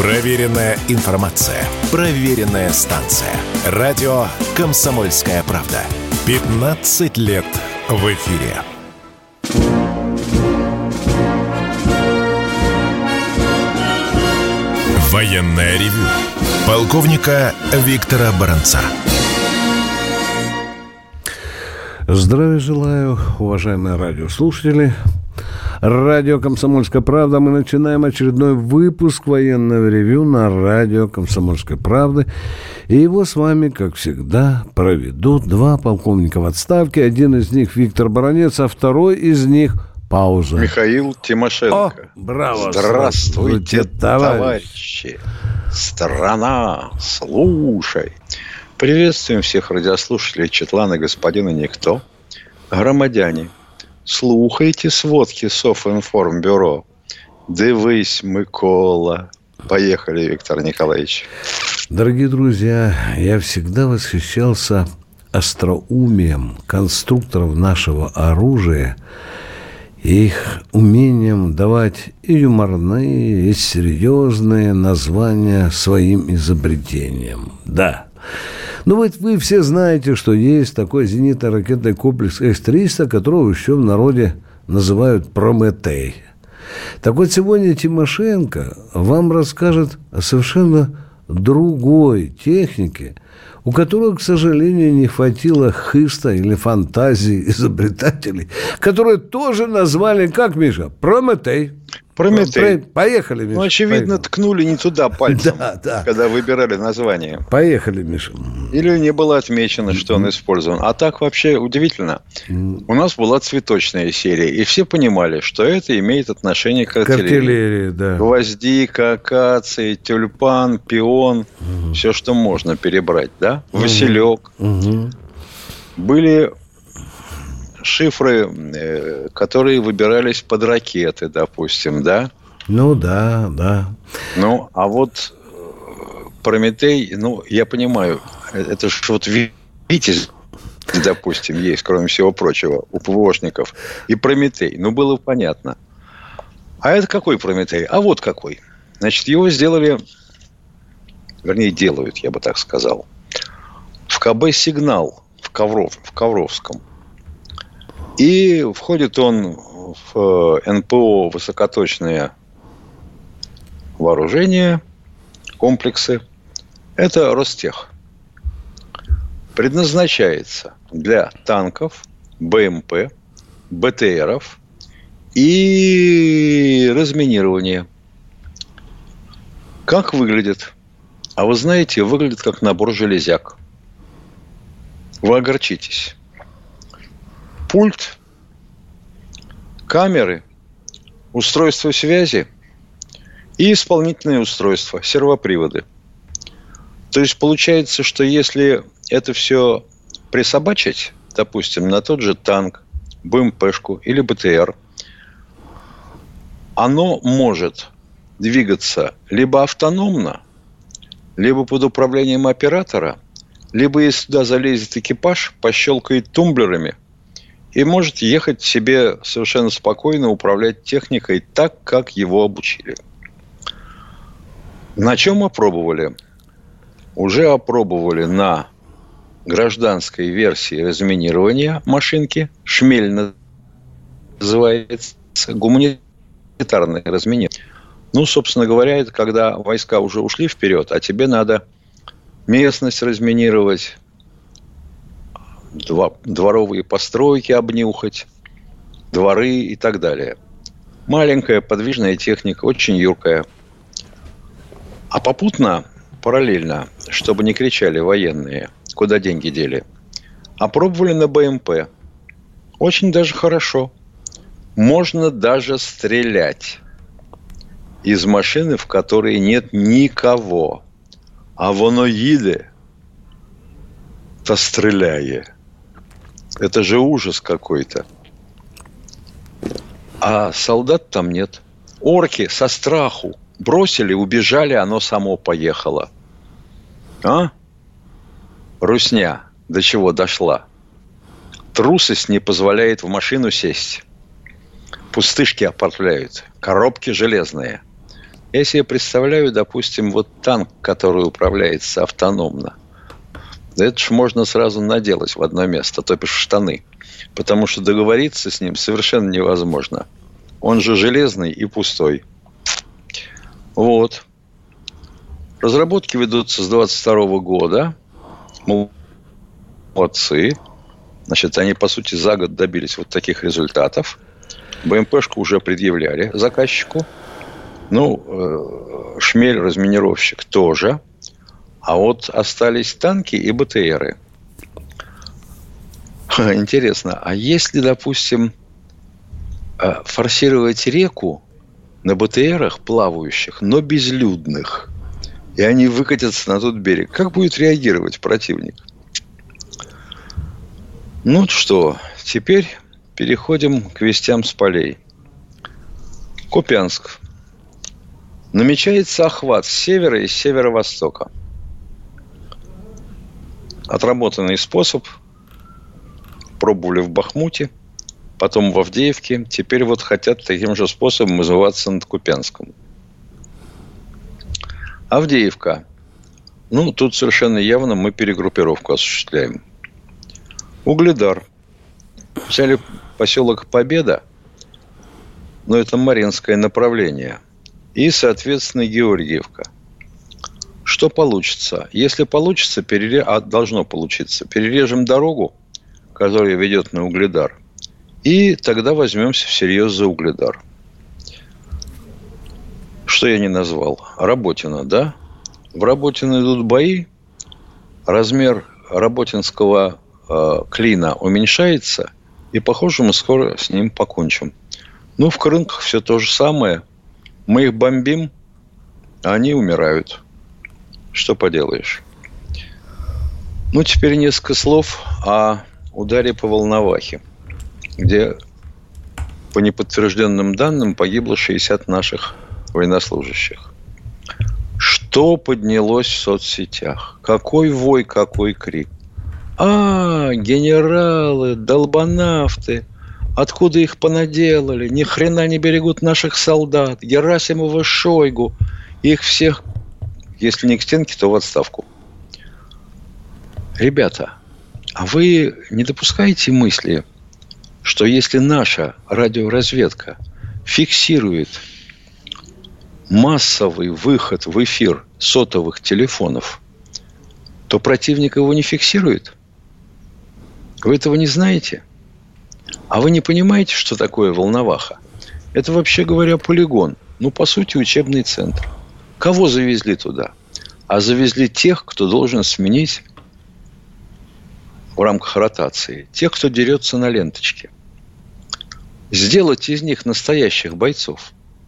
Проверенная информация. Проверенная станция. Радио «Комсомольская правда». 15 лет в эфире. Военное ревю полковника Виктора Баранца. Здравия желаю, уважаемые радиослушатели. Радио «Комсомольская правда». Мы начинаем очередной выпуск военного ревю на радио «Комсомольской правды». И его с вами, как всегда, проведут два полковника в отставке. Один из них Виктор Баранец, а второй из них пауза. Михаил Тимошенко. О, браво! Здравствуйте, товарищи! Страна, слушай! Приветствуем всех радиослушателей Четлана, господина Никто. Громадяне, слухайте сводки Софинформбюро. Дивись, Микола. Поехали, Виктор Николаевич. Дорогие друзья, я всегда восхищался остроумием конструкторов нашего оружия, их умением давать и юморные, и серьезные названия своим изобретениям. Да. Ну вот вы все знаете, что есть такой зенитно-ракетный комплекс С-300, которого еще в народе называют «Прометей». Так вот, сегодня Тимошенко вам расскажет о совершенно другой технике, у которой, к сожалению, не хватило хыста или фантазии изобретателей, которые тоже назвали, как, Миша, «Прометей». Прометей. Поехали, Миша. Ну, очевидно, ткнули не туда пальцем, когда выбирали название. Поехали, Миша. Или не было отмечено, что он использован. А так вообще удивительно. У нас была цветочная серия, и все понимали, что это имеет отношение к артиллерии. Да. Гвоздика, акация, тюльпан, пион, все, что можно перебрать, да? Василек. Были шифры, которые выбирались под ракеты, допустим, да? Ну, да. Ну, а вот Прометей, ну, я понимаю, это же вот Витязь, допустим, есть, кроме всего прочего, у ПВОшников. И Прометей, ну, было понятно. А это какой Прометей? А вот какой. Значит, его сделали, вернее, делают, я бы так сказал, в КБ «Сигнал» в Ковровском. И входит он в НПО «Высокоточное вооружение», комплексы. Это Ростех. Предназначается для танков, БМП, БТРов и разминирования. Как выглядит? А вы знаете, выглядит как набор железяк. Вы огорчитесь. Пульт, камеры, устройство связи и исполнительные устройства, сервоприводы. То есть получается, что если это все присобачить, допустим, на тот же танк, БМПшку или БТР, оно может двигаться либо автономно, либо под управлением оператора, либо если туда залезет экипаж, пощелкает тумблерами и может ехать себе совершенно спокойно, управлять техникой так, как его обучили. На чем опробовали? Уже опробовали на гражданской версии разминирования машинки. «Шмель» называется. Гуманитарное разминирование. Ну, собственно говоря, это когда войска уже ушли вперед, а тебе надо местность разминировать, дворовые постройки обнюхать, дворы и так далее. Маленькая подвижная техника, очень юркая. А попутно, параллельно, чтобы не кричали военные, куда деньги дели, опробовали на БМП. Очень даже хорошо. Можно даже стрелять из машины, в которой нет никого. А воно їде та стреляє. Это же ужас какой-то. А солдат там нет. Орки со страху бросили, убежали, оно само поехало. А? Русня до чего дошла? Трусость не позволяет в машину сесть. Пустышки отправляют. Коробки железные. Я себе представляю, допустим, вот танк, который управляется автономно. Это ж можно сразу наделать в одно место, то бишь в штаны. Потому что договориться с ним совершенно невозможно. Он же железный и пустой. Вот. Разработки ведутся с 22 года. Молодцы. Значит, они, по сути, за год добились вот таких результатов. БМПшку уже предъявляли заказчику. Ну, Шмель, разминировщик, тоже. А вот остались танки и БТРы. Интересно, а если, допустим, форсировать реку на БТРах плавающих, но безлюдных, и они выкатятся на тот берег, как будет реагировать противник? Ну что, теперь переходим к вестям с полей. Купянск. Намечается охват с севера и с северо-востока. Отработанный способ. Пробовали в Бахмуте, потом в Авдеевке. Теперь вот хотят таким же способом измываться над Купянском. Авдеевка. Ну, тут совершенно явно мы перегруппировку осуществляем. Угледар. Взяли поселок Победа, но это Маринское направление. И, соответственно, Георгиевка. Что получится? Если получится, должно получиться, перережем дорогу, которая ведет на Угледар, и тогда возьмемся всерьез за Угледар. Что я не назвал? Работино, да? В Работино идут бои, размер работинского клина уменьшается, и, похоже, мы скоро с ним покончим. Ну, в Крынках все то же самое. Мы их бомбим, а они умирают. Что поделаешь? Ну, теперь несколько слов о ударе по Волновахе, где, по неподтвержденным данным, погибло 60 наших военнослужащих. Что поднялось в соцсетях? Какой вой, какой крик? Генералы, долбанавты, откуда их понаделали? Ни хрена не берегут наших солдат. Герасимова, Шойгу. Их всех, если не к стенке, то в отставку. Ребята, а вы не допускаете мысли, что если наша радиоразведка фиксирует массовый выход в эфир сотовых телефонов, то противник его не фиксирует? Вы этого не знаете? А вы не понимаете, что такое Волноваха? Это, вообще говоря, полигон. Ну, по сути, учебный центр. Кого завезли туда? А завезли тех, кто должен сменить в рамках ротации. Тех, кто дерется на ленточке. Сделать из них настоящих бойцов.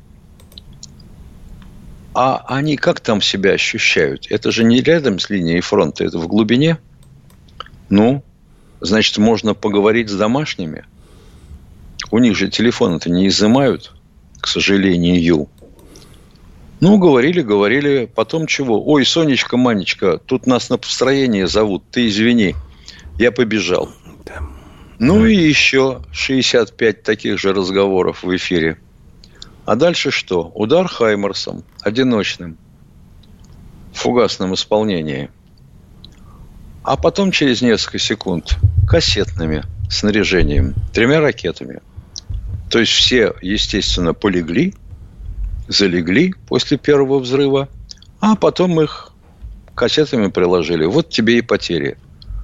А они как там себя ощущают? Это же не рядом с линией фронта, это в глубине. Ну, значит, можно поговорить с домашними. У них же телефоны-то не изымают, к сожалению. Ну, говорили. Потом чего? Ой, Сонечка, Манечка, тут нас на построение зовут. Ты извини, я побежал. Ну и еще 65 таких же разговоров в эфире. А дальше что? Удар Хаймарсом, одиночным, в фугасном исполнении. А потом через несколько секунд кассетными снаряжением, 3 ракетами. То есть все, естественно, полегли, залегли после первого взрыва, а потом их кассетами приложили. Вот тебе и потери.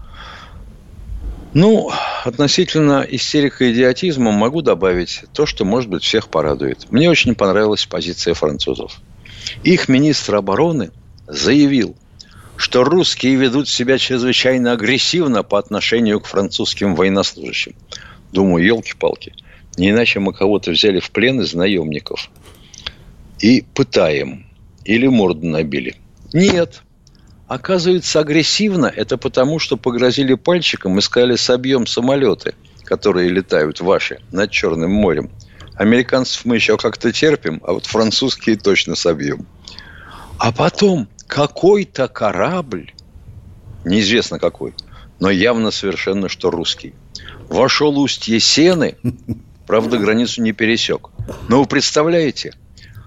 Ну, относительно истерика и идиотизма могу добавить то, что, может быть, всех порадует. Мне очень понравилась позиция французов. Их министр обороны заявил, что русские ведут себя чрезвычайно агрессивно по отношению к французским военнослужащим. Думаю, елки-палки, не иначе мы кого-то взяли в плен из наемников и пытаем, или морду набили. Нет. Оказывается, агрессивно это потому, что погрозили пальчиком и сказали, собьем самолеты, которые летают ваши над Черным морем. Американцев мы еще как-то терпим, а вот французские точно собьем. А потом какой-то корабль, неизвестно какой, но явно совершенно что русский, вошел в устье Сены, правда, границу не пересек. Но вы представляете,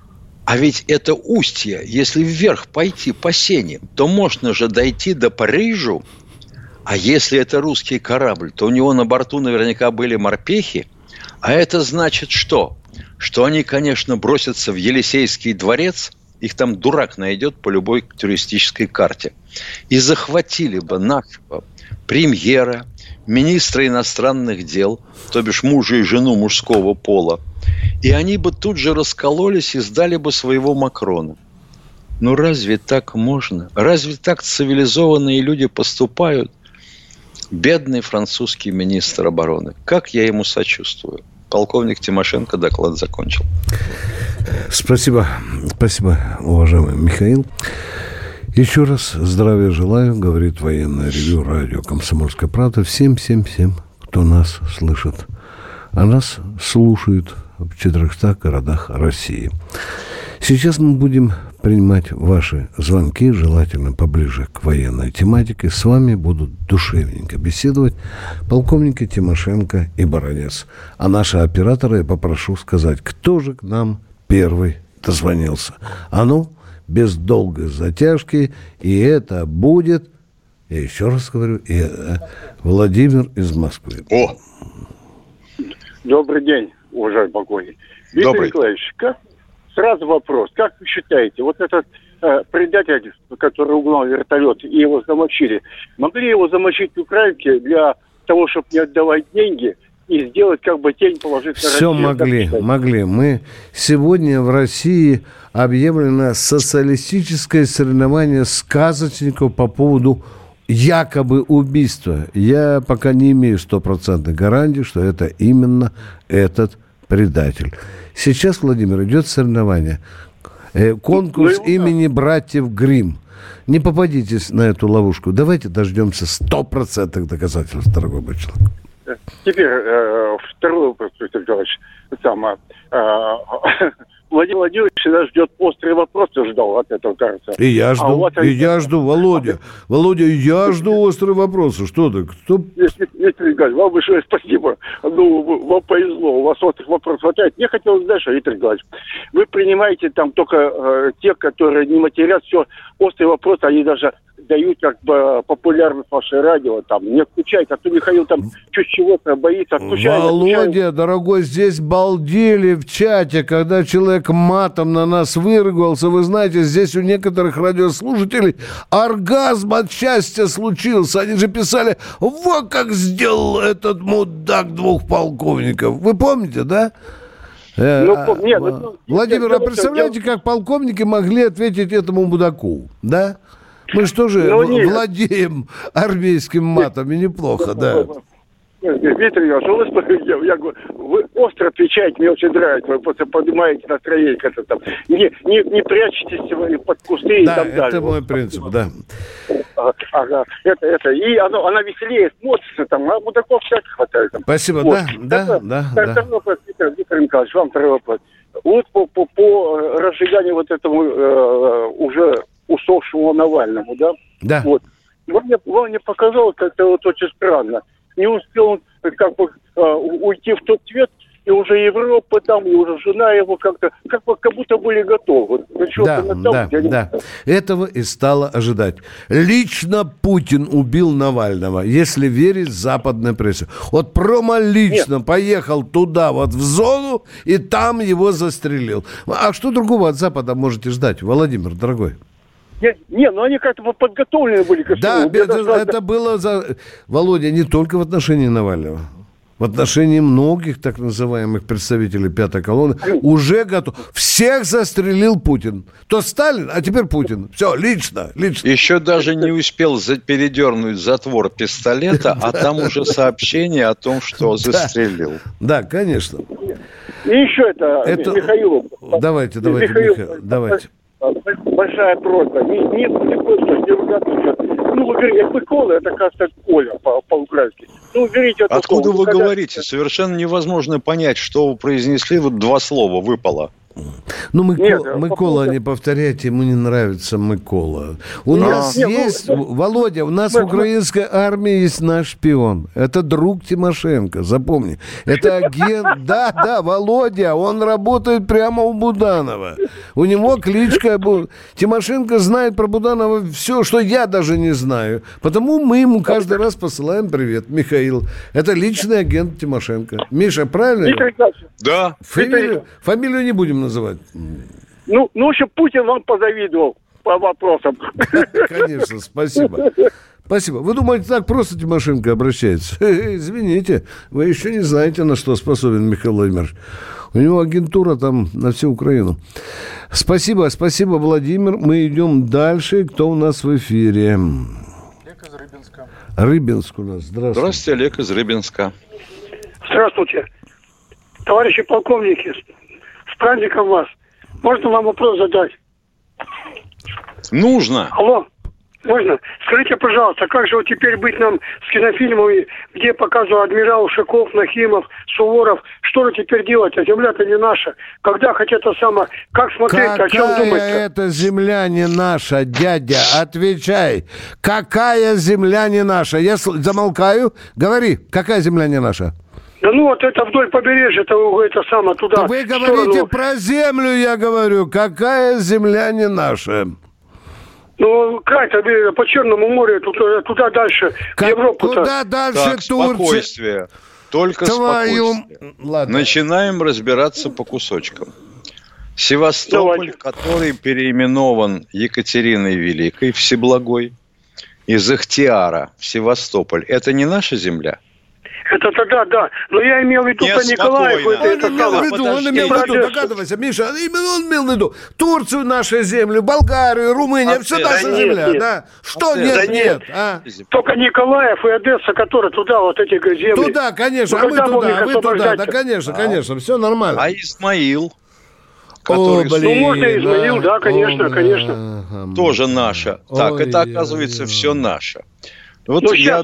А ведь это устье, если вверх пойти по Сене, то можно же дойти до Парижа. А если это русский корабль, то у него на борту наверняка были морпехи. А это значит что? Что они, конечно, бросятся в Елисейский дворец, их там дурак найдет по любой туристической карте, и захватили бы нашего премьера, министра иностранных дел, то бишь мужа и жену мужского пола, и они бы тут же раскололись и сдали бы своего Макрона. Ну разве так можно? Разве так цивилизованные люди поступают? Бедный французский министр обороны. Как я ему сочувствую. Полковник Тимошенко доклад закончил. Спасибо. Спасибо, уважаемый Михаил. Еще раз здравия желаю, говорит военное ревью радио «Комсомольская правда» всем, кто нас слышит. А нас слушают в 400 городах России. Сейчас мы будем принимать ваши звонки, желательно поближе к военной тематике. С вами будут душевненько беседовать полковники Тимошенко и Баранец. А наши операторы я попрошу сказать, кто же к нам первый дозвонился. А ну, без долгой затяжки, и это будет, я еще раз говорю, Владимир из Москвы. О! Добрый день, уважаемый покойник. Виктор Николаевич, сразу вопрос. Как вы считаете, вот этот предатель, который угнал вертолет и его замочили, могли его замочить в Украине для того, чтобы не отдавать деньги и сделать как бы тень положить на Россию? Все могли. Мы сегодня в России объявлено социалистическое соревнование сказочников по поводу якобы убийства. Я пока не имею 100% гарантии, что это именно этот предатель. Сейчас, Владимир, идет соревнование. Конкурс имени братьев Гримм. Не попадитесь на эту ловушку. Давайте дождемся 100% доказательств, дорогой мой человек. Теперь второй вопрос, Виктор Николаевич. Владимир Владимирович всегда ждет острый вопрос, ждал от этого, кажется. И я жду, Володя. Володя, я жду острые вопросы. Что ты? Виктор Николаевич, вам большое спасибо. Вам повезло, у вас острых вопросов хватает. Мне хотелось дальше, Виктор Николаевич. Вы принимаете там только те, которые не матерят, все, острые вопросы, они даже дают как бы популярность ваше радио, там, не отключайте, а то Михаил там чуть чего-то боится, отключает. Володя, дорогой, здесь балдели в чате, когда человек матом на нас выругался. Вы знаете, здесь у некоторых радиослушателей оргазм от счастья случился. Они же писали, вот как сделал этот мудак двух полковников. Вы помните, да? Владимир, а представляете, как полковники могли ответить этому мудаку, да? Мы что же владеем армейским матом, и неплохо, да. Виктор Иванович, вы остро отвечаете, мне очень нравится, вы просто поднимаете настроение как-то там. Не прячетесь под кусты и так далее. Да, это мой принцип, да. Ага, это. И она веселее смотрится, там, а мудаков всяких хватает. Там. Спасибо, вот. Да. Второй вопрос, Виктор Николаевич, вам второй вопрос. Вот по разжиганию вот этому уже усопшему Навальному, да? Да. Вот. Вам не показалось как-то вот очень странно. Не успел он как бы уйти в тот цвет, и уже Европа там, и уже жена его как будто были готовы. Да. Этого и стало ожидать. Лично Путин убил Навального, если верить западной прессе. Вот прямо лично поехал туда, вот в зону, и там его застрелил. А что другого от Запада можете ждать, Владимир, дорогой? Ну они как-то подготовлены были к этому. Да, это было, Володя, не только в отношении Навального. В отношении многих так называемых представителей пятой колонны уже готов. Всех застрелил Путин. То Сталин, а теперь Путин. Все, лично. Еще даже не успел передернуть затвор пистолета, а там уже сообщение о том, что застрелил. Да, конечно. И еще это Михаилу. Давайте, Михаил, давайте. Большая просьба. Не ругаться. Это Кола, это, кажется, Коля по-украински. Уберите это. Откуда вы говорите? Совершенно невозможно понять, что вы произнесли. Вот два слова выпало. Ну, Микола, не повторяйте, ему не нравится Микола. У нас есть, Володя, у нас в украинской армии есть наш шпион. Это друг Тимошенко, запомни. Это агент, да, Володя, он работает прямо у Буданова. У него кличка, Тимошенко знает про Буданова все, что я даже не знаю. Потому мы ему каждый раз посылаем привет, Михаил. Это личный агент Тимошенко. Миша, правильно? Да. Фамилию не будем называть. Ну, в общем, Путин вам позавидовал по вопросам. Конечно, спасибо. Спасибо. Вы думаете, так просто Тимошенко обращается? Извините, вы еще не знаете, на что способен Михаил Владимирович. У него агентура там на всю Украину. Спасибо, Владимир. Мы идем дальше. Кто у нас в эфире? Олег из Рыбинска. Рыбинск у нас. Здравствуйте. Здравствуйте, Олег из Рыбинска. Здравствуйте. Товарищи полковники, с праздником вас. Можно вам вопрос задать? Нужно. Алло, можно? Скажите, пожалуйста, как же вот теперь быть нам с кинофильмами, где показывал адмирал Ушаков, Нахимов, Суворов? Что же теперь делать? А земля-то не наша. Когда хоть это самое... Как смотреть, о чем думать? Какая это земля не наша, дядя? Отвечай. Какая земля не наша? Я замолкаю. Говори, какая земля не наша? Да ну вот это вдоль побережья, это самое туда. Да вы говорите про землю, я говорю. Какая земля не наша? Ну, край-то по Черному морю, туда дальше, в Европу-то. Куда дальше так, Турция? Спокойствие. Только спокойствие. Ладно. Начинаем разбираться по кусочкам. Севастополь, который переименован Екатериной Великой, Всеблагой, из Ихтиара в Севастополь, это не наша земля? Это тогда, да. Но я имел в виду про Николаев. Он имел в виду, догадывайся, Миша, он имел в виду Турцию, нашу землю, Болгарию, Румынию, все наша земля, да? Что нет? Только Николаев и Одесса, которые туда, вот эти земли. Туда, конечно, а мы туда, вы туда, да, конечно, все нормально. А Измаил? Ну, можно Измаил, да, конечно. Тоже наша. Так, это оказывается все наше. Вот сейчас...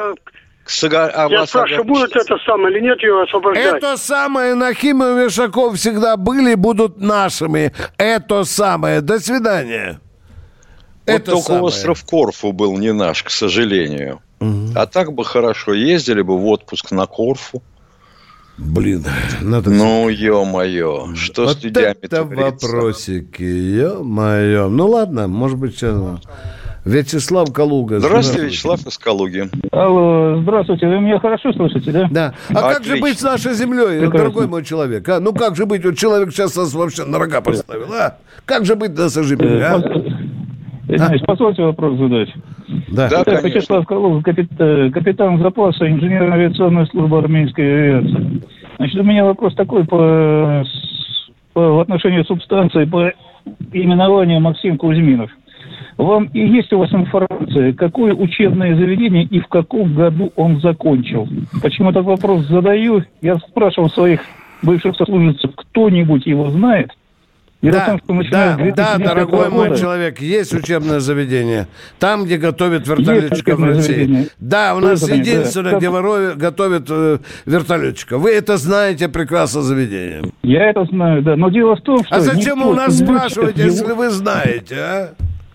Я спрашиваю, будет это самое или нет ее освобождать? Это самое, Нахимов и Ишаков всегда были и будут нашими. Это самое. До свидания. Вот это только самое. остров Корфу был не наш, к сожалению. А так бы хорошо ездили бы в отпуск на Корфу. Блин, надо... Ну, ё-моё, что вот с людьми это вопросики, ё-моё. Ну, ладно, может быть, сейчас... Вячеслав, Калуга. Здравствуйте, Вячеслав из Калуги. Алло, здравствуйте, вы меня хорошо слышите, да? Да. А как же быть с нашей землей, прекрасно, дорогой мой человек? А? Ну как же быть? Вот человек сейчас нас вообще на рога поставил, а? Как же быть с нашей землей, а? Позвольте вопрос задать. Да, это Вячеслав Калуга, капитан запаса инженерно-авиационной службы армейской авиации. Значит, у меня вопрос такой в отношении субстанции по именованию Максим Кузьминов. Есть у вас информация, какое учебное заведение и в каком году он закончил? Почему этот вопрос задаю? Я спрашивал своих бывших сослуживцев, кто-нибудь его знает? Да, дорогой мой человек, есть учебное заведение. Там, где готовят вертолетчиков в России. Заведение. Да, у нас единственное, где готовят вертолетчиков. Вы это знаете прекрасно заведение. Я это знаю, да. Но дело в том, что... А зачем вы у нас спрашиваете, если вы знаете, а?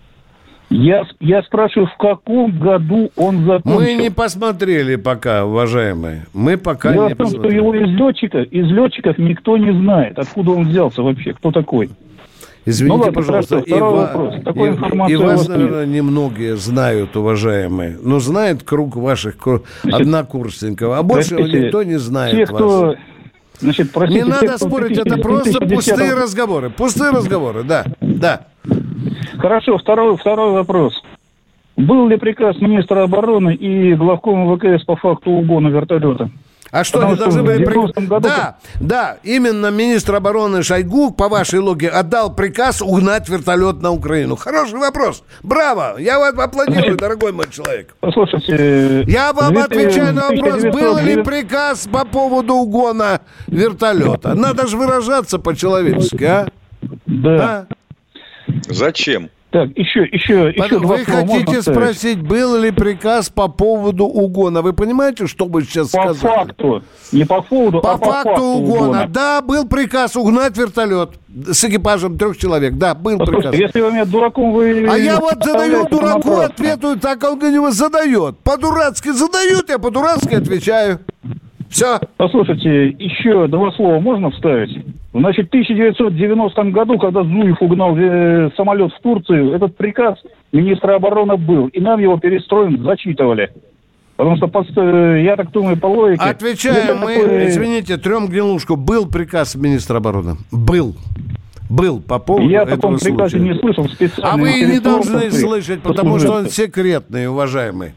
Я спрашиваю, в каком году он закончил? Мы не посмотрели пока, уважаемые. Мы пока не посмотрели. Дело в том, что его из летчиков никто не знает, откуда он взялся вообще, кто такой. Извините, пожалуйста, и вас, наверное, немногие знают, уважаемые. Но знает круг ваших однокурсников, а больше никто не знает вас. Не надо спорить, это просто пустые разговоры. Пустые разговоры, да. Хорошо, второй вопрос. Был ли приказ министра обороны и главкома ВКС по факту угона вертолета? А что, они должны были... Да, именно министр обороны Шойгу, по вашей логике, отдал приказ угнать вертолет на Украину. Хороший вопрос. Браво! Я вам аплодирую, дорогой мой человек. Послушайте... Я вам отвечаю на вопрос, был ли приказ по поводу угона вертолета. Надо же выражаться по-человечески, а? Да. Зачем? Так, еще Вы хотите спросить, был ли приказ по поводу угона? Вы понимаете, что вы сейчас сказали? По факту. Не по поводу, по факту угона. Да, был приказ угнать вертолет с экипажем 3 человек. Да, был приказ. Если вы меня дураком, вы... А я вот задаю дураку, ответую так, он его задает. По-дурацки задают, я по-дурацки отвечаю. Все. Послушайте, еще 2 слова можно вставить? Значит, в 1990 году, когда Зуев угнал самолет в Турцию, этот приказ министра обороны был, и нам его перестроим зачитывали. Потому что, я так думаю, по логике... Отвечаем мы, извините, трем гнилушку. Был приказ министра обороны. Был по поводу я этого таком приказе не слышал специально. А вы не должны слышать, потому что он секретный, уважаемый.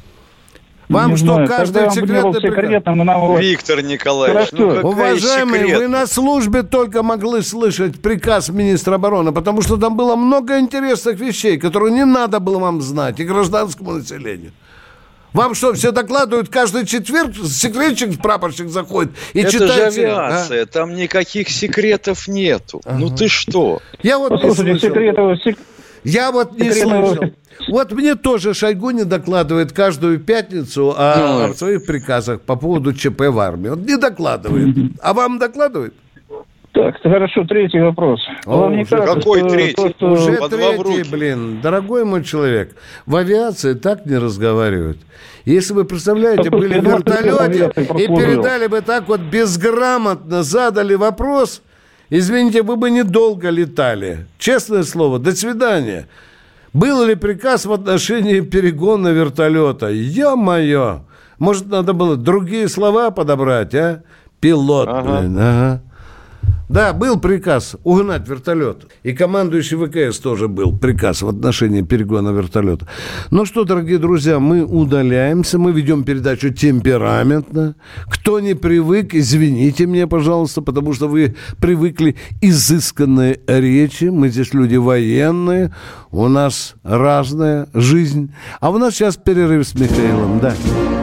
Вам не что, знаю, каждый секретный приказ? Виктор Николаевич, уважаемый, вы на службе только могли слышать приказ министра обороны, потому что там было много интересных вещей, которые не надо было вам знать, и гражданскому населению. Вам что, все докладывают каждый четверг? Секретчик, прапорщик заходит и это читает. Это же авиация, там никаких секретов нету. Ага. Ну ты что? Я вот не слышал. Я вот не слышал. Вот мне тоже Шойгу не докладывает каждую пятницу о своих приказах по поводу ЧП в армии. Он не докладывает. А вам докладывает? Так, хорошо, 3-й вопрос. Какой 3-й? Уже 3-й, блин. Дорогой мой человек, в авиации так не разговаривают. Если вы, представляете, были в вертолете и передали бы так вот безграмотно, задали вопрос, извините, вы бы недолго летали. Честное слово, до свидания. Был ли приказ в отношении перегона вертолета? Ё-моё! Может, надо было другие слова подобрать, а? Пилот, блин, ага. Да, был приказ угнать вертолет. И командующий ВКС тоже был приказ в отношении перегона вертолета. Ну что, дорогие друзья, мы удаляемся. Мы ведем передачу темпераментно. Кто не привык, извините меня, пожалуйста, потому что вы привыкли изысканной речи. Мы здесь люди военные. У нас разная жизнь. А у нас сейчас перерыв с Михаилом, да.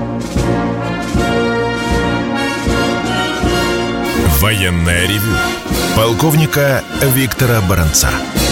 Военное ревю полковника Виктора Баранца.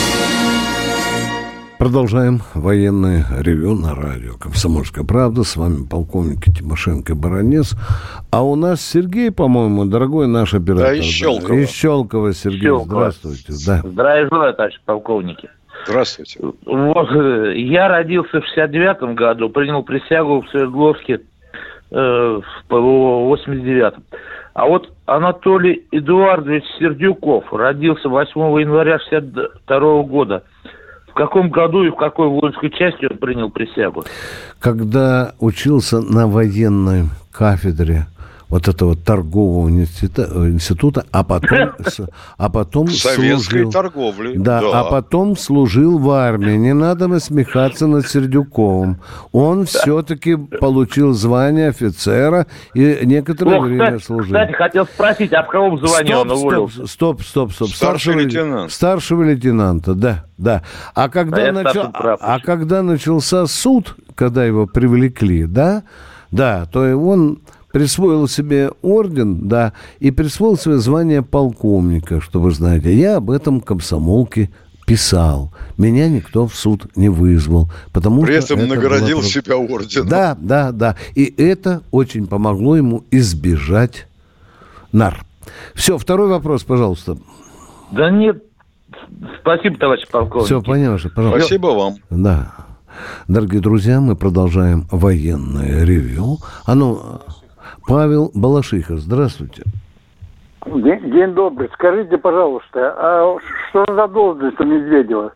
Продолжаем военное ревю на радио «Комсомольская правда». С вами полковники Тимошенко и Баранец. А у нас Сергей, по-моему, дорогой наш оператор. Да, из Щелково. Из Щелково, Сергей. Щелково. Здравствуйте. Да. Здравия желаю, товарищи полковники. Здравствуйте. Вот, я родился в 69-м году, принял присягу в Свердловске в 89-м. А вот Анатолий Эдуардович Сердюков родился 8 января 1962 года. В каком году и в какой воинской части он принял присягу? Когда учился на военной кафедре вот этого торгового института, а потом советской служил, торговли. да, а потом служил в армии. Не надо насмехаться над Сердюковым. Он все-таки получил звание офицера и некоторое время служил. Кстати, хотел спросить, а в каком звании он уволился? Стоп. Старшего лейтенанта. Старшего лейтенанта, да. А когда начался суд, когда его привлекли, да, то он присвоил себе орден, да, и присвоил себе звание полковника, что вы знаете. Я об этом комсомолке писал. Меня никто в суд не вызвал, потому при что этом наградил себя орденом. Да. И это очень помогло ему избежать нар. Все, второй вопрос, пожалуйста. Да нет, спасибо, товарищ полковник. Все, понятно, пожалуйста. Спасибо вам. Да. Дорогие друзья, мы продолжаем военное ревью. Павел Балашиха, здравствуйте. День добрый. Скажите, пожалуйста, а что за должность у Медведева?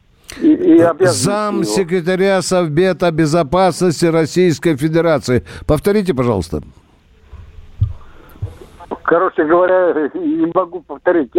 Зам секретаря Совбета безопасности Российской Федерации. Повторите, пожалуйста. Короче говоря, не могу повторить.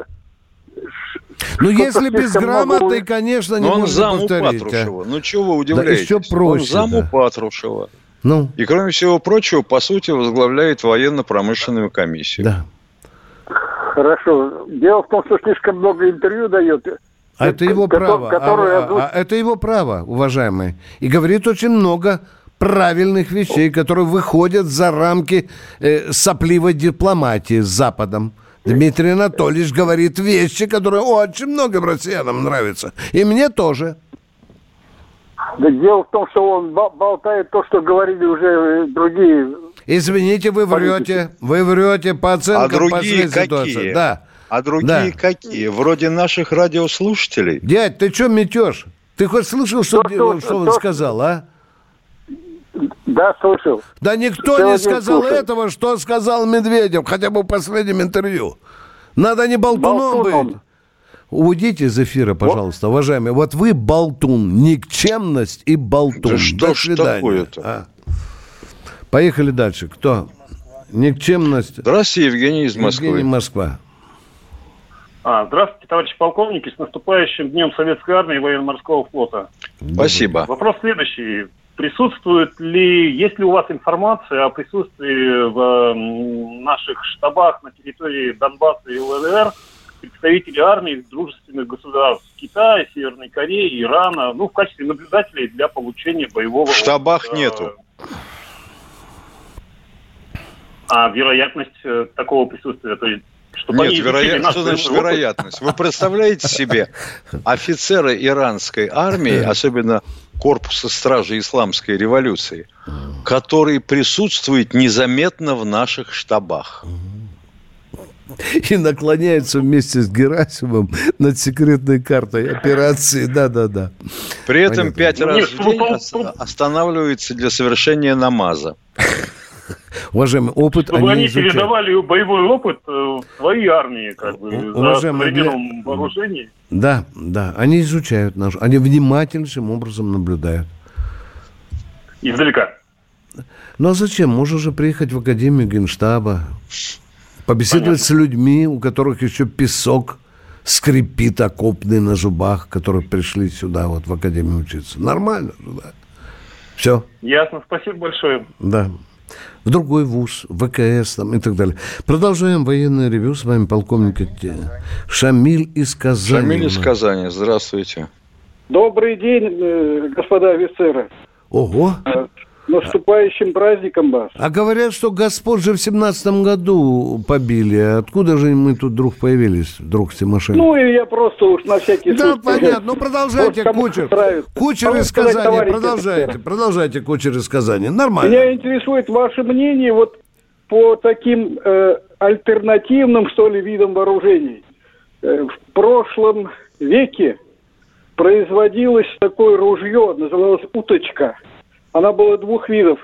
Если безграмотный, конечно, не можно повторить. Он зам у Патрушева. Ну, чего вы удивляетесь? Да, еще проще, он зам у Патрушева. И, кроме всего прочего, по сути, возглавляет военно-промышленную комиссию. Да. Хорошо. Дело в том, что слишком много интервью дает. Это его право. Это его право, уважаемый. И говорит очень много правильных вещей, которые выходят за рамки сопливой дипломатии с Западом. Дмитрий Анатольевич говорит вещи, которые очень многим россиянам нравятся. И мне тоже. Да дело в том, что он болтает то, что говорили уже другие. Извините, вы врете. Вы врете по оценкам последней ситуации. Да. А другие какие? Вроде наших радиослушателей. Дядь, ты что метешь? Ты хоть слышал, что он сказал, а? Да, слышал. Да никто не сказал этого, что сказал Медведев, хотя бы в последнем интервью. Надо не болтуном быть. Уйдите из эфира, пожалуйста, уважаемые. Вот вы болтун, никчемность и болтун. Да что ж такое-то? Поехали дальше. Кто? Никчемность. Здравствуйте, Евгений из Москвы. Евгений, Москва. Здравствуйте, товарищи полковники, с наступающим Днем Советской Армии и Военно-Морского флота. Спасибо. Вопрос следующий. Есть ли у вас информация о присутствии в наших штабах на территории Донбасса и ЛНР представителей армии дружественных государств Китая, Северной Кореи, Ирана, в качестве наблюдателей для получения боевого... В штабах нету. А вероятность такого присутствия, то есть... Нет, что значит вероятность? Вы представляете себе офицера иранской армии, особенно корпуса стражи исламской революции, который присутствует незаметно в наших штабах? И наклоняется вместе с Герасимовым над секретной картой операции. Да. При этом 5 раз в день останавливается для совершения намаза. Уважаемый, опыт чтобы они передавали боевой опыт в своей армии, за современном вооружении. Да, они изучают они внимательнейшим образом наблюдают. Издалека. Ну а зачем? Можно же приехать в Академию Генштаба, побеседовать с людьми, у которых еще песок скрипит окопный на зубах, которые пришли сюда, в Академию учиться. Нормально, да. Все. Ясно, спасибо большое. Да. В другой вуз, ВКС и так далее. Продолжаем военное ревью. С вами полковник Шамиль из Казани. Шамиль из Казани, здравствуйте. Добрый день, господа офицеры. Ого. Наступающим праздником вас. А говорят, что Господ же в 17-м году побили. Откуда же мы тут вдруг появились, друг Тимошенко? И я просто уж на всякий случай. Да, понятно. Продолжайте, Кучер. Кучер из Казани. Продолжайте, Кучер из Казани. Нормально. Меня интересует ваше мнение по таким альтернативным, видам вооружений. В прошлом веке производилось такое ружье, называлось «Уточка». Она была 2 видов.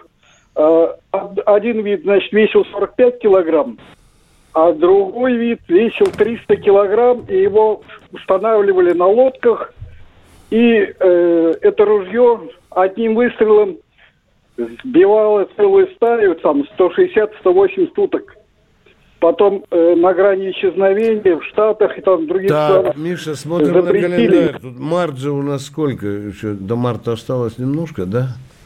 Один вид, весил 45 килограмм, а другой вид весил 300 килограмм, и его устанавливали на лодках, и это ружье одним выстрелом сбивало целую стаю, 160-180 уток. Потом на грани исчезновения в Штатах и в других странах. Так, Миша, смотрим на календарь. Тут март же у нас сколько? Еще до марта осталось немножко, да?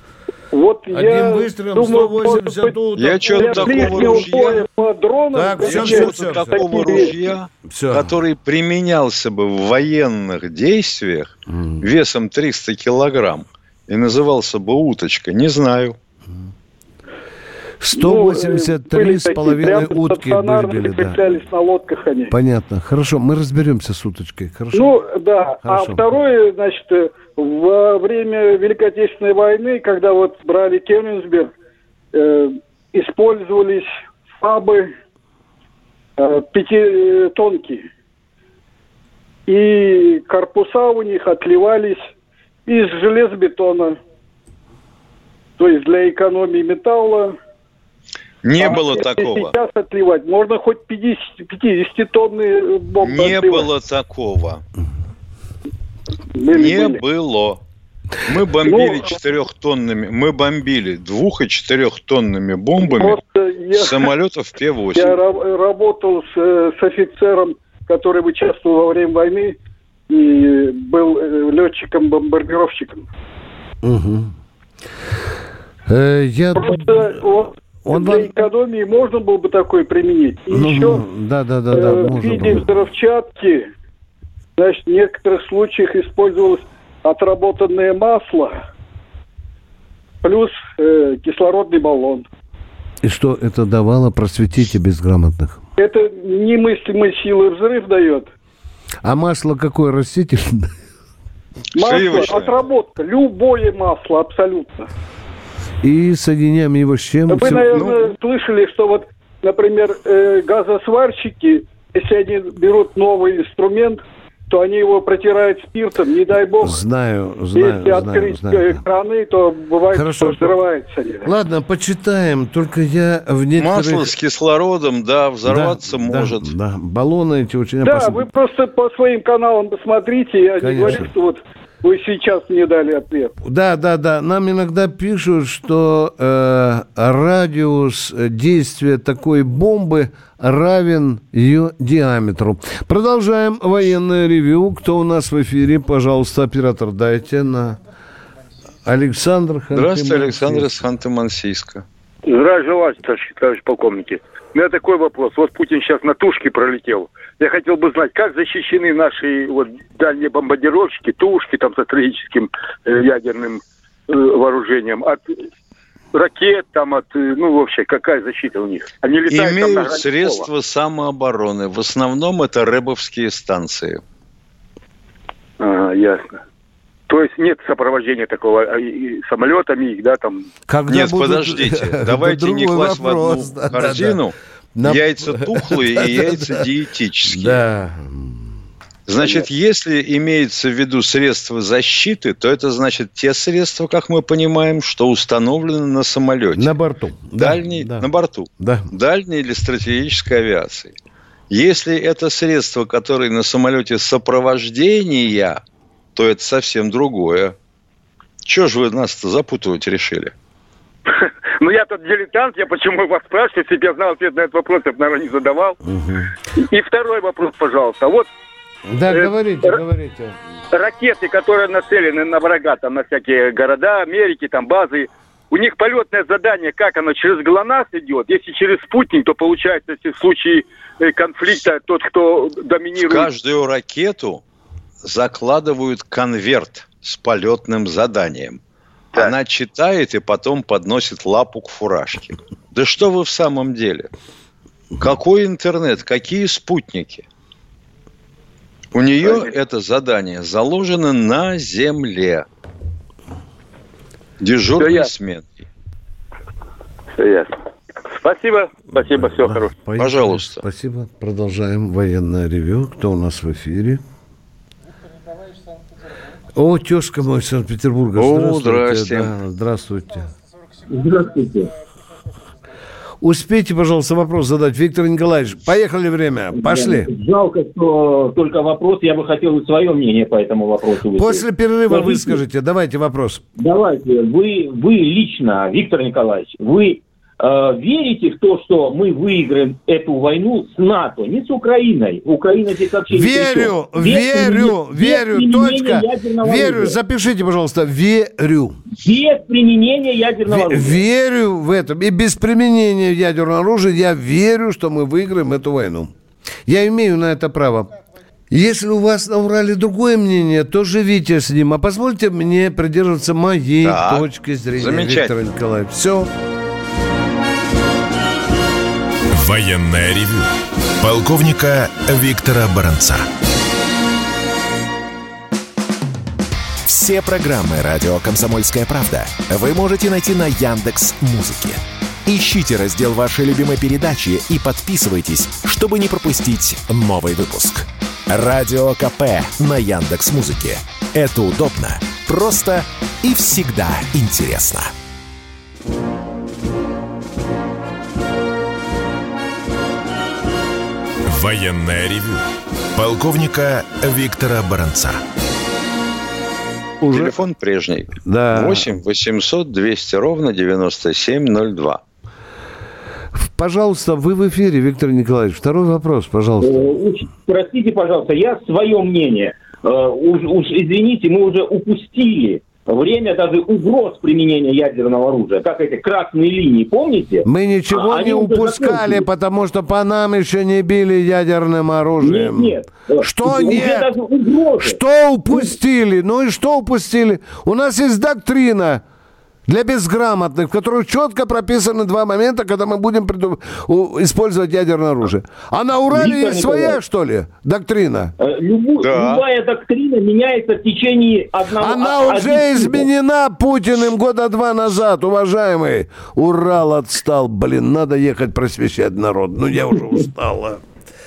Одним выстрелом 180 уток. Я что-то такого ружья... Так, все. Такого ружья, который применялся бы в военных действиях весом 300 килограмм и назывался бы «Уточка», не знаю. 183,5 утки были, да. На лодках они. Понятно. Хорошо, мы разберемся с уточкой. Хорошо? Да. Хорошо. А второе, во время Великой Отечественной войны, когда брали Кёнигсберг, использовались фабы 5-тонки. И корпуса у них отливались из железобетона. То есть для экономии металла. Не было такого. Сейчас отливать. Можно хоть 50-тонные бомбы Не отливать. было такого. Было. Мы бомбили 4-тонными. Мы бомбили 2- и 4-тонными бомбами самолетов П-8. Я работал с офицером, который участвовал во время войны и был летчиком-бомбардировщиком. Угу. Для экономии можно было бы такое применить. И еще в виде взрывчатки, в некоторых случаях использовалось отработанное масло плюс кислородный баллон. И что это давало? Просветите безграмотных. это немыслимой силы взрыв дает. А масло какое, растительное? Масло, отработка, любое масло, абсолютно. И соединяем его с чем? Вы, наверное, слышали, что вот, например, газосварщики, если они берут новый инструмент, то они его протирают спиртом, не дай бог. Знаю. Если открыть краны, то бывает, хорошо, что взрывается. Ладно, почитаем, только я в некоторых... Масло с кислородом, да, взорваться может. Да, баллоны эти очень опасны. опасны. Да, вы просто по своим каналам посмотрите, я не говорю, что вот вы сейчас мне дали ответ. Да. Нам иногда пишут, что радиус действия такой бомбы равен ее диаметру. Продолжаем военное ревью. Кто у нас в эфире? Пожалуйста, оператор, дайте на Александр Ханты-Мансийск. Здравствуйте, Александр из Ханты-Мансийска. Здравия желаю, товарищ полковники. У меня такой вопрос. Вот Путин сейчас на Тушке пролетел. Я хотел бы знать, как защищены наши вот дальние бомбардировщики, Тушки там со стратегическим ядерным вооружением от ракет, там от, вообще, какая защита у них? Они летают имеют там на средства самообороны. В основном это рэбовские станции. Ясно. То есть нет сопровождения такого самолетами их, да, там? Нет, подождите. Давайте не класть в одну корзину яйца тухлые и яйца диетические. Да. Значит, если имеется в виду средства защиты, то это значит те средства, как мы понимаем, что установлены на самолете. На борту. На борту. Да. Дальней или стратегической авиации. Если это средства, которые на самолете сопровождения, то это совсем другое. Чего же вы нас-то запутывать решили? Ну, я тут дилетант, я почему вас спрашиваю, если бы я знал ответ на этот вопрос, я бы, наверное, не задавал. И второй вопрос, пожалуйста. Вот. Да, говорите. Ракеты, которые нацелены на врага, там, на всякие города Америки, там, базы, у них полетное задание, как оно, через ГЛОНАСС идет? Если через спутник, то получается, если в случае конфликта тот, кто доминирует... В каждую ракету закладывают конверт с полетным заданием. Да. Она читает и потом подносит лапу к фуражке. Да что вы в самом деле? Какой интернет? Какие спутники? У нее это задание заложено на земле. Дежурной сменой. Все ясно. Спасибо, всего хорошего. Пожалуйста. Спасибо. Продолжаем военное ревью. Кто у нас в эфире? О, тезка мой из Санкт-Петербурга. Здравствуйте. Здравствуйте. Здравствуйте. Успейте, пожалуйста, вопрос задать. Виктор Николаевич, поехали время. Пошли. Жалко, что только вопрос. Я бы хотел и свое мнение по этому вопросу высказать. После перерыва выскажите. Давайте вопрос. Давайте. Вы лично, Виктор Николаевич, вы верите в то, что мы выиграем эту войну с НАТО, не с Украиной? Украина здесь вообще верю, точка. Верю, запишите, пожалуйста, верю. Без применения ядерного оружия. Верю в это. И без применения ядерного оружия я верю, что мы выиграем эту войну. Я имею на это право. Если у вас на Урале другое мнение, то живите с ним. А позвольте мне придерживаться моей точки зрения, Виктор Николаевич. Все. Военное ревю полковника Виктора Баранца. Все программы радио «Комсомольская правда» вы можете найти на Яндекс.Музыке. Ищите раздел вашей любимой передачи и подписывайтесь, чтобы не пропустить новый выпуск. Радио КП на Яндекс.Музыке. Это удобно, просто и всегда интересно. Военное ревю полковника Виктора Баранца. Телефон прежний. Да. 8 800 200 ровно 9702. Пожалуйста, вы в эфире, Виктор Николаевич. Второй вопрос, пожалуйста. Простите, пожалуйста, я свое мнение. Уж извините, мы уже упустили время даже угроз применения ядерного оружия. Как эти красные линии, помните? Мы ничего не упускали, потому что по нам еще не били ядерным оружием. Нет. Что нет? Что упустили? Ну и что упустили? У нас есть доктрина. Для безграмотных, в которых четко прописаны два момента, когда мы будем использовать ядерное оружие. А на Урале есть своя, что ли, доктрина? Любая доктрина меняется в течение одного... Она уже изменена Путиным года 2 назад, уважаемый. Урал отстал. Блин, надо ехать просвещать народ. Ну, я уже устала.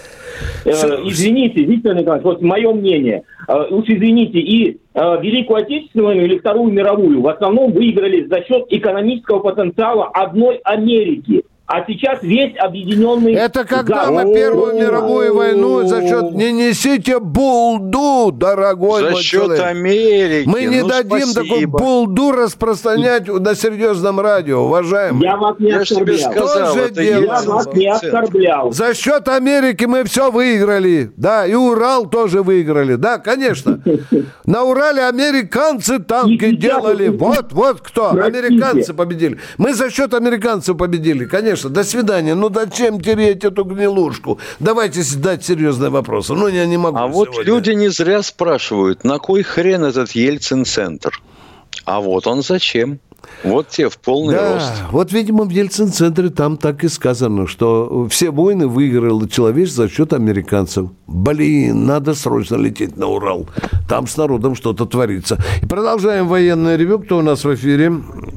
Извините, Виктор Николаевич, вот мое мнение. Уж извините, и Великую Отечественную войну или Вторую мировую в основном выиграли за счет экономического потенциала одной Америки. А сейчас весь объединенный... Это когда мы Первую мировую войну за счет... Не несите булду, дорогой мой человек. За счет Америки. Мы не дадим такой булду распространять на серьезном радио, уважаемые. Я вас не оскорблял. Я вас не оскорблял. За счет Америки мы все выиграли. Да, и Урал тоже выиграли. Да, конечно. На Урале американцы танки делали. Вот кто. Американцы победили. Мы за счет американцев победили, конечно. До свидания. Ну, зачем тереть эту гнилушку? Давайте задать серьезные вопросы. Ну, я не могу вот люди не зря спрашивают, на кой хрен этот Ельцин-центр? А вот он зачем? Вот те в полный рост. Вот, видимо, в Ельцин-центре там так и сказано, что все войны выиграло человечество за счет американцев. Блин, надо срочно лететь на Урал. Там с народом что-то творится. И продолжаем военное ревю. Кто у нас в эфире?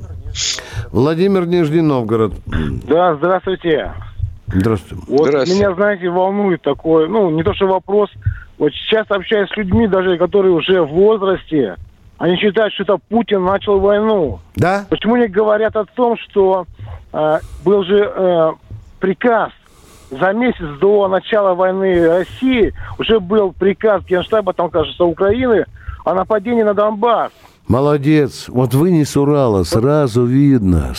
Владимир, Нижний Новгород. Да, здравствуйте. Здравствуйте. Вот меня, знаете, волнует такой, не то что вопрос. Вот сейчас общаюсь с людьми, даже которые уже в возрасте, они считают, что это Путин начал войну. Да? Почему они говорят о том, что был же приказ за месяц до начала войны России, уже был приказ Генштаба, там, кажется, Украины, о нападении на Донбасс. Молодец. Вот вы не с Урала, сразу видно,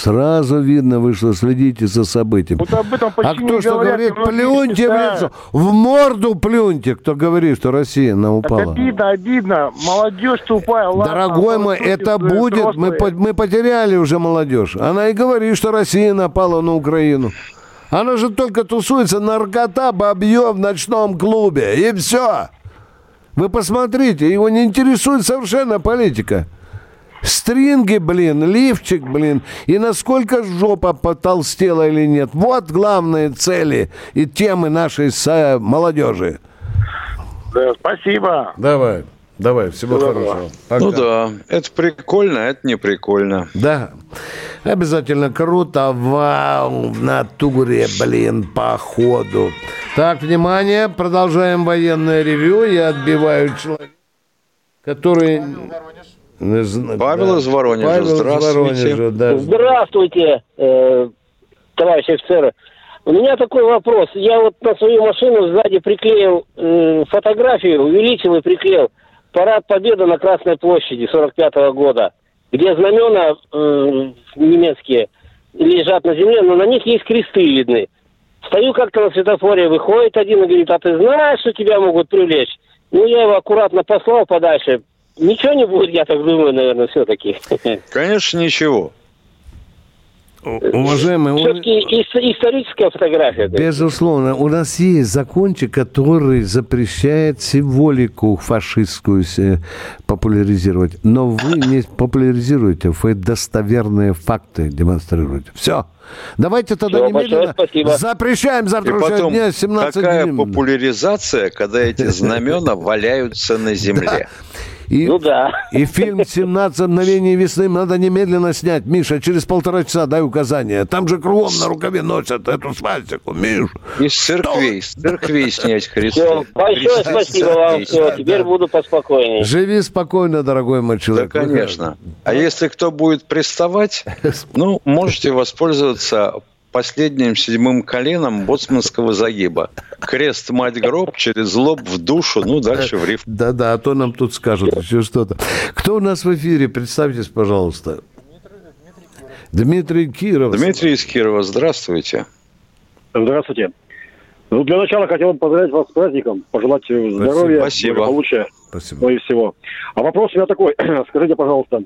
вы что следите за событием. Вот об этом почти кто что говорит, плюньте в лицо, в морду плюньте, кто говорит, что Россия упала. Обидно, молодежь тупая. Дорогой мой, это будет, мы потеряли уже молодежь. Она и говорит, что Россия напала на Украину. Она же только тусуется, наркота, бабье в ночном клубе, и все. Вы посмотрите, его не интересует совершенно политика. Стринги, лифчик, и насколько жопа потолстела или нет. Вот главные цели и темы нашей молодежи. Да, спасибо. Давай, всего хорошего. Пока. Ну да, это прикольно, это не прикольно. Да, обязательно круто, вау, в натуре, походу. Так, внимание, продолжаем военное ревю. Я отбиваю человека, который... Павел из Воронежа, здравствуйте. Здравствуйте, товарищи офицеры. У меня такой вопрос. Я вот на свою машину сзади приклеил фотографию, увеличил и приклеил Парад Победы на Красной площади 45-го года, где знамена немецкие лежат на земле, но на них есть кресты видны. Стою как-то на светофоре, выходит один и говорит: а ты знаешь, что тебя могут привлечь? Ну, я его аккуратно послал подальше. Ничего не будет, я так думаю, наверное, все-таки. Конечно, ничего. Уважаемый, все-таки историческая фотография. Безусловно, у нас есть закончик, который запрещает символику фашистскую популяризировать. Но вы не популяризируете, вы достоверные факты демонстрируете. Все. Давайте тогда немедленно запрещаем завтрашнего дня 17 дней. Какая популяризация, когда эти знамена валяются на земле? И фильм «17 мгновений весны» надо немедленно снять. Миша, через 1,5 часа дай указания. Там же кругом на рукаве носят эту свастику, Миш. Из церквей снять Христа. Большое спасибо вам. Все, теперь буду поспокойнее. Живи спокойно, дорогой мой человек. Да, конечно. А если кто будет приставать, можете воспользоваться последним 7 коленом боцманского загиба. Крест, мать, гроб, через лоб в душу, дальше в риф. Да, а то нам тут скажут еще что-то. Кто у нас в эфире? Представьтесь, пожалуйста. Дмитрий Киров. Дмитрий из Кирова, здравствуйте. Здравствуйте. Для начала хотел бы поздравить вас с праздником, пожелать здоровья, благополучия, и всего. А вопрос у меня такой. Скажите, пожалуйста,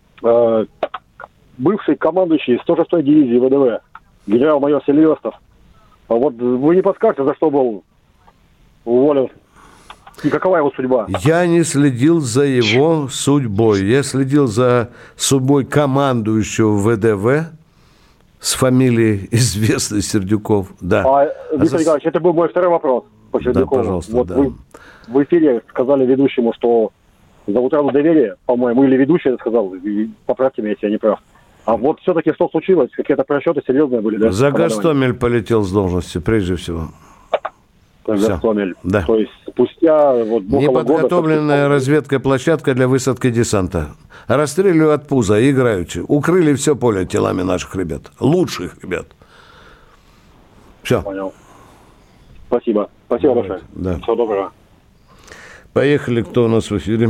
бывший командующий 106-й дивизии ВДВ, генерал-майор Сильвестров, вот вы не подскажете, за что был уволен? И какова его судьба? Я не следил за его судьбой. Я следил за судьбой командующего ВДВ с фамилией известный Сердюков. Да. Виктор Николаевич, это был мой второй вопрос по Сердюкову. Да, пожалуйста, вот да. Вы в эфире сказали ведущему, что за утрану доверия, по-моему, или ведущий это сказал, поправьте меня, если я не прав. А вот все-таки что случилось? Какие-то просчеты серьезные были, да? За Гастомель полетел с должности, прежде всего. Гастомель. Да. То есть спустя вот неподготовленная разведка площадка для высадки десанта. Расстреливаю от пуза, играючи. Укрыли все поле телами наших ребят. Лучших ребят. Все. Понял. Спасибо. Спасибо большое. Да. Всего доброго. Поехали. Кто у нас в эфире?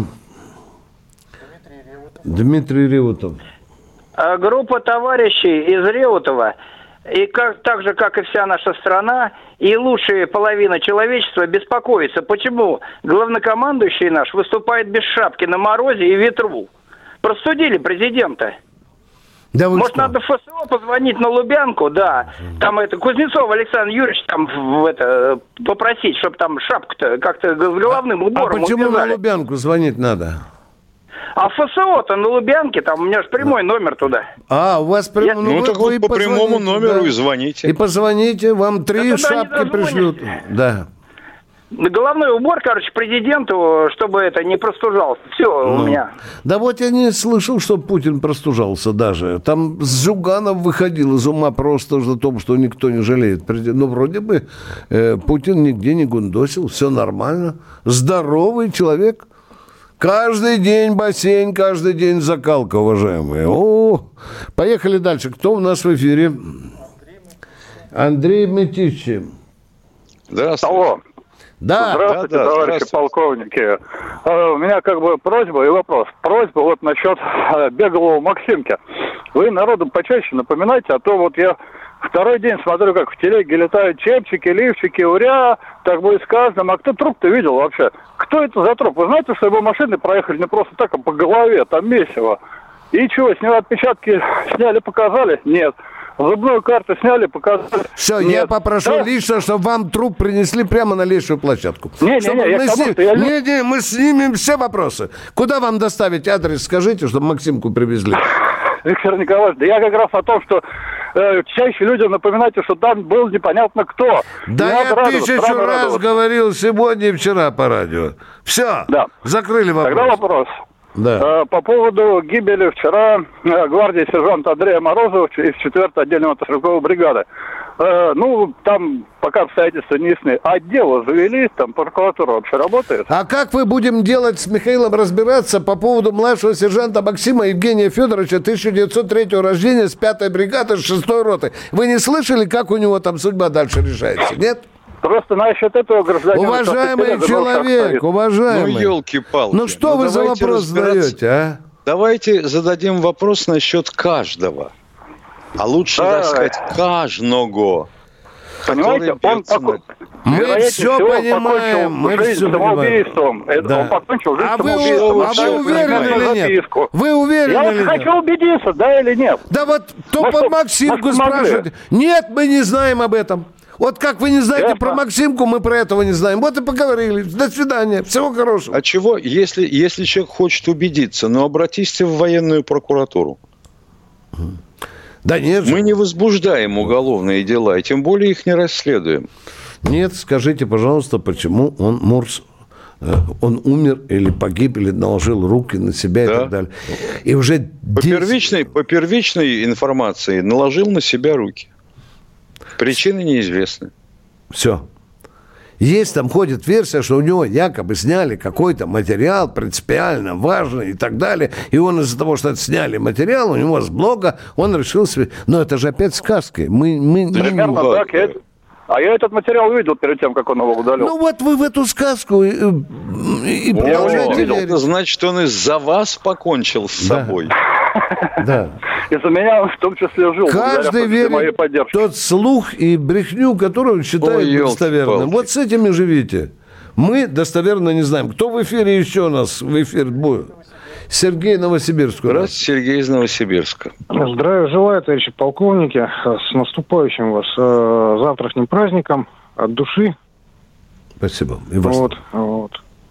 Дмитрий Реутов. Группа товарищей из Реутова, и так же, как и вся наша страна, и лучшая половина человечества беспокоится, почему главнокомандующий наш выступает без шапки на морозе и ветру. Простудили президента. Да может, что? Надо в ФСО позвонить на Лубянку, да. Там Кузнецов Александр Юрьевич там попросить, чтобы там шапку-то как-то с головным убором. А почему на Лубянку звонить надо? А ФСО-то на Лубянке, там у меня же прямой номер туда. У вас прямой номер? Ну, так вот по прямому номеру и звоните. И позвоните, вам 3 шапки пришлют. Да. Головной убор, президенту, чтобы это не простужался. Все у меня. Да вот я не слышал, что Путин простужался даже. Там Зюганов выходил из ума просто за то, что никто не жалеет. Но вроде бы Путин нигде не гундосил, все нормально. Здоровый человек. Каждый день бассейн, каждый день закалка, уважаемые. Поехали дальше. Кто у нас в эфире? Андрей Мытищев. Здравствуйте. Алло. Да. Здравствуйте, товарищи полковники. У меня просьба и вопрос. Просьба вот насчет беглого Максимки. Вы народу почаще напоминайте, а то вот я второй день смотрю, как в телеге летают чепчики, лифчики, уря, так будет сказано. А кто труп-то видел вообще? Кто это за труп? Вы знаете, что его машины проехали не просто так, а по голове, там месиво. И чего, с него отпечатки сняли, показали? Нет. Зубную карту сняли, показали. Все, нет. Я попрошу лично, чтобы вам труп принесли прямо на лестничную площадку. Не, мы снимем все вопросы. Куда вам доставить адрес? Скажите, чтобы Максимку привезли. Виктор Николаевич, да я как раз о том, что чаще людям напоминайте, что там был непонятно кто. Да я 1000 раз говорил сегодня и вчера по радио. Все, закрыли вопрос. Тогда вопрос. Да. По поводу гибели вчера гвардии сержанта Андрея Морозова из 4-й отдельной мотострелковой бригады. Там пока обстоятельства не ясны. А дело завели, там прокуратура вообще работает? А как вы будем делать с Михаилом разбираться по поводу младшего сержанта Максима Евгения Федоровича, 1903 рождения, с 5-й бригады, с 6-й роты? Вы не слышали, как у него там судьба дальше решается, нет? Просто насчет этого гражданина... Уважаемый человек, уважаемый. Ну, елки-палки. Ну, что вы за вопрос задаете, а? Давайте зададим вопрос насчет каждого. А лучше, так сказать, каждого. Понимаете, он мы все понимаем. Мы все самоубийством. Да. Он покончил жизнь самоубийством. А вы уверены или нет? Вы уверены или нет? Я хочу убедиться, да или нет. Да вот то под Максимку спрашиваете. Нет, мы не знаем об этом. Вот как вы не знаете про Максимку, мы про этого не знаем. Вот и поговорили. До свидания. Всего хорошего. А чего, если человек хочет убедиться, обратись ты в военную прокуратуру. Да нет же. Мы не возбуждаем уголовные дела, и тем более их не расследуем. Нет, скажите, пожалуйста, почему он умер или погиб, или наложил руки на себя и так далее. И уже по первичной информации наложил на себя руки. Причины неизвестны. Все. Есть там ходит версия, что у него якобы сняли какой-то материал принципиально важный и так далее. И он из-за того, что сняли материал, у него с блога, он решил себе... Но это же опять сказки. Примерно так. А я этот материал видел перед тем, как он его удалил. Ну вот вы в эту сказку и продолжаете верить. Значит, он из-за вас покончил с собой. Да. Из-за меня в том числе жил. Каждый верит в тот слух и брехню, которую он считает достоверным. Вот с этим и живите. Мы достоверно не знаем. Кто в эфире еще у нас в эфир будет? Сергей Новосибирск. Здравствуйте, Сергей из Новосибирска. Здравия желаю, товарищи полковники. С наступающим вас завтрашним праздником от души. Спасибо. И вас. Вот.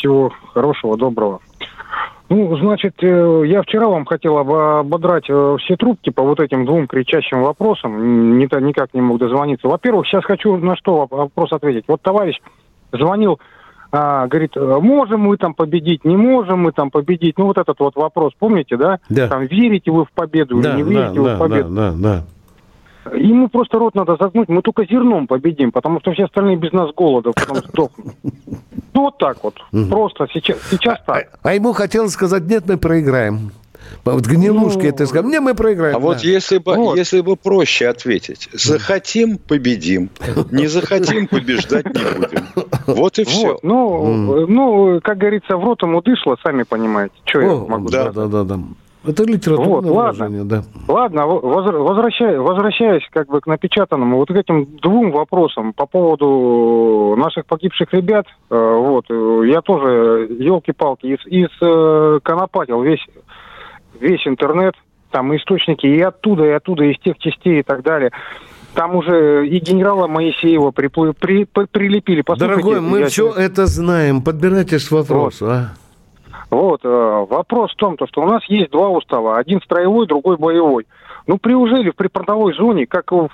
Всего хорошего, доброго. Ну, значит, я вчера вам хотел ободрать все трубки по вот этим двум кричащим вопросам. Никак не мог дозвониться. Во-первых, сейчас хочу на что вопрос ответить. Вот товарищ звонил, говорит, можем мы там победить, не можем мы там победить. Ну, вот этот вот вопрос, помните, да? Да. Там, верите вы в победу или не верите вы в победу? Да. Ему просто рот надо заткнуть, мы только зерном победим, потому что все остальные без нас голода потом сдохнут. Ну, вот так вот. Просто сейчас так. А ему хотелось сказать, нет, мы проиграем. Вот гнилушки это сказал, не, мы проиграем. А вот если бы проще ответить, захотим – победим, не захотим – побеждать не будем. Вот и все. Ну, как говорится, в рот ему дышло, сами понимаете. Что я могу сказать? Да. Это литературное выражение, да. Ладно, возвращаясь как бы к напечатанному, вот к этим двум вопросам по поводу наших погибших ребят, вот, я тоже, елки-палки, конопатил весь интернет, там источники и оттуда, из тех частей и так далее. Там уже и генерала Моисеева прилепили. Послушайте, дорогой, мы все это знаем, подбирайтесь к вопросу, Вот, вопрос в том, что у нас есть два устава. Один строевой, другой боевой. Ну, неужели в прифронтовой зоне, как в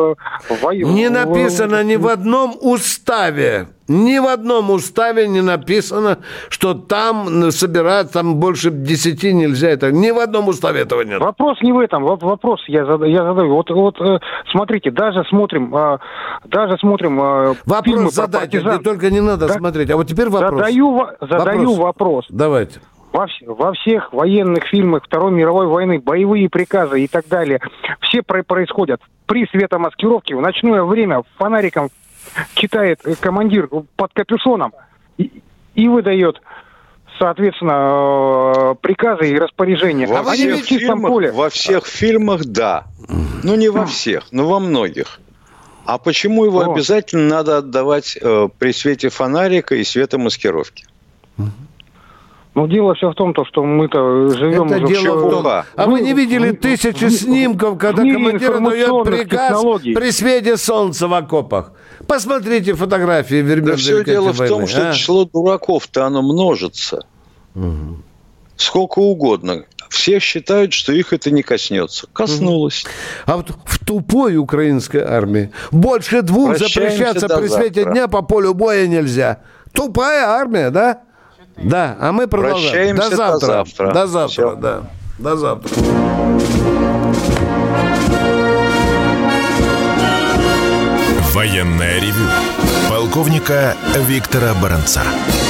не написано ни в одном уставе. Ни в одном уставе не написано, что там собирать там больше 10 нельзя. Ни в одном уставе этого нет. Вопрос не в этом. Вопрос я задаю. Вот смотрите, даже смотрим вопрос фильмы задайте, только не надо смотреть. А вот теперь вопрос. Задаю вопрос. Давайте. Во всех военных фильмах Второй мировой войны боевые приказы и так далее все происходят при светомаскировке в ночное время фонариком читает командир под капюшоном и выдает, соответственно, приказы и распоряжения. Во всех фильмах, да. Ну, не во всех, но во многих. А почему его обязательно надо отдавать при свете фонарика и светомаскировки? Ну, дело все в том, что мы-то живем это уже дело в том. А вы не видели тысячи снимков, когда командир дает приказ при свете солнца в окопах? Посмотрите фотографии Вермеер. Да все дело в том, что число дураков-то оно множится. Сколько угодно. Все считают, что их это не коснется. Коснулось. А вот в тупой украинской армии больше двух запрещаться при свете дня по полю боя нельзя. Тупая армия, да? Да, а мы продолжаем. До завтра. До завтра, все. Да. До завтра. Военное ревю полковника Виктора Баранца.